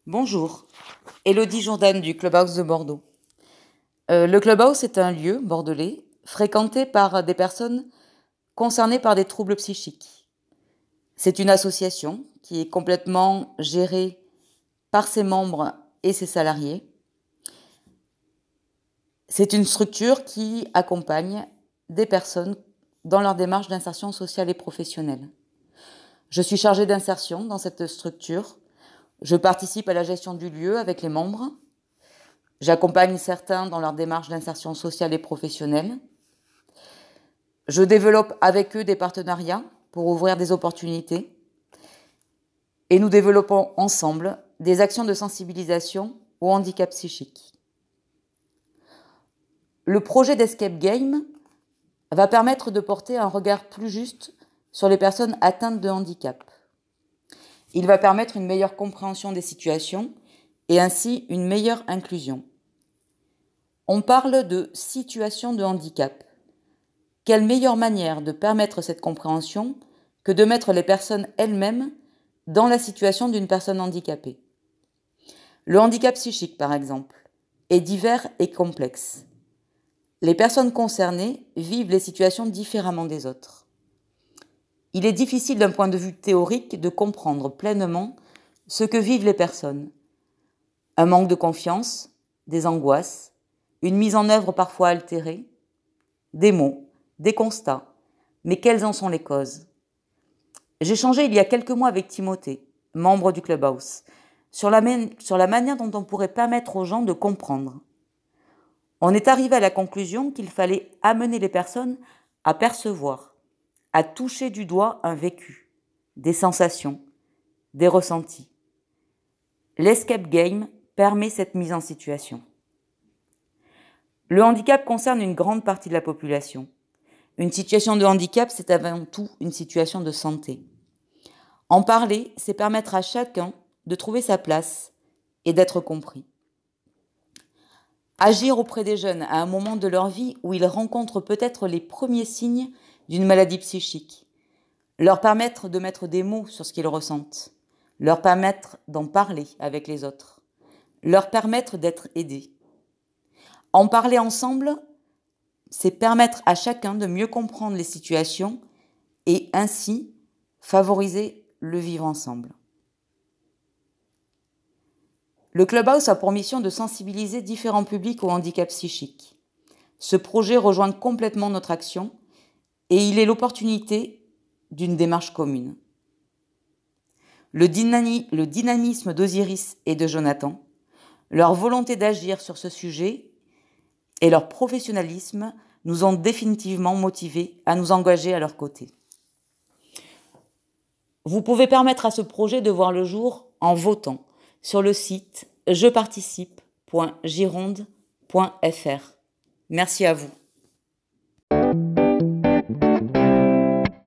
Bonjour, Élodie Jourdan du Clubhouse de Bordeaux. Le Clubhouse est un lieu bordelais fréquenté par des personnes concernées par des troubles psychiques. C'est une association qui est complètement gérée par ses membres et ses salariés. C'est une structure qui accompagne des personnes dans leur démarche d'insertion sociale et professionnelle. Je suis chargée d'insertion dans cette structure. Je participe à la gestion du lieu avec les membres. J'accompagne certains dans leur démarche d'insertion sociale et professionnelle. Je développe avec eux des partenariats pour ouvrir des opportunités. Et nous développons ensemble des actions de sensibilisation au handicap psychique. Le projet d'Escape Game va permettre de porter un regard plus juste sur les personnes atteintes de handicap. Il va permettre une meilleure compréhension des situations et ainsi une meilleure inclusion. On parle de situation de handicap. Quelle meilleure manière de permettre cette compréhension que de mettre les personnes elles-mêmes dans la situation d'une personne handicapée. Le handicap psychique, par exemple, est divers et complexe. Les personnes concernées vivent les situations différemment des autres. Il est difficile d'un point de vue théorique de comprendre pleinement ce que vivent les personnes. Un manque de confiance, des angoisses, une mise en œuvre parfois altérée, des mots, des constats. Mais quelles en sont les causes ? J'ai échangé il y a quelques mois avec Timothée, membre du Clubhouse, sur la manière dont on pourrait permettre aux gens de comprendre. On est arrivé à la conclusion qu'il fallait amener les personnes à percevoir, à toucher du doigt un vécu, des sensations, des ressentis. L'escape game permet cette mise en situation. Le handicap concerne une grande partie de la population. Une situation de handicap, c'est avant tout une situation de santé. En parler, c'est permettre à chacun de trouver sa place et d'être compris. Agir auprès des jeunes à un moment de leur vie où ils rencontrent peut-être les premiers signes d'une maladie psychique. Leur permettre de mettre des mots sur ce qu'ils ressentent. Leur permettre d'en parler avec les autres. Leur permettre d'être aidés. En parler ensemble, c'est permettre à chacun de mieux comprendre les situations et ainsi favoriser le vivre ensemble. Le Clubhouse a pour mission de sensibiliser différents publics au handicap psychique. Ce projet rejoint complètement notre action et il est l'opportunité d'une démarche commune. Le dynamisme d'Osiris et de Jonathan, leur volonté d'agir sur ce sujet et leur professionnalisme nous ont définitivement motivés à nous engager à leur côté. Vous pouvez permettre à ce projet de voir le jour en votant sur le site jeparticipe.gironde.fr. Merci à vous.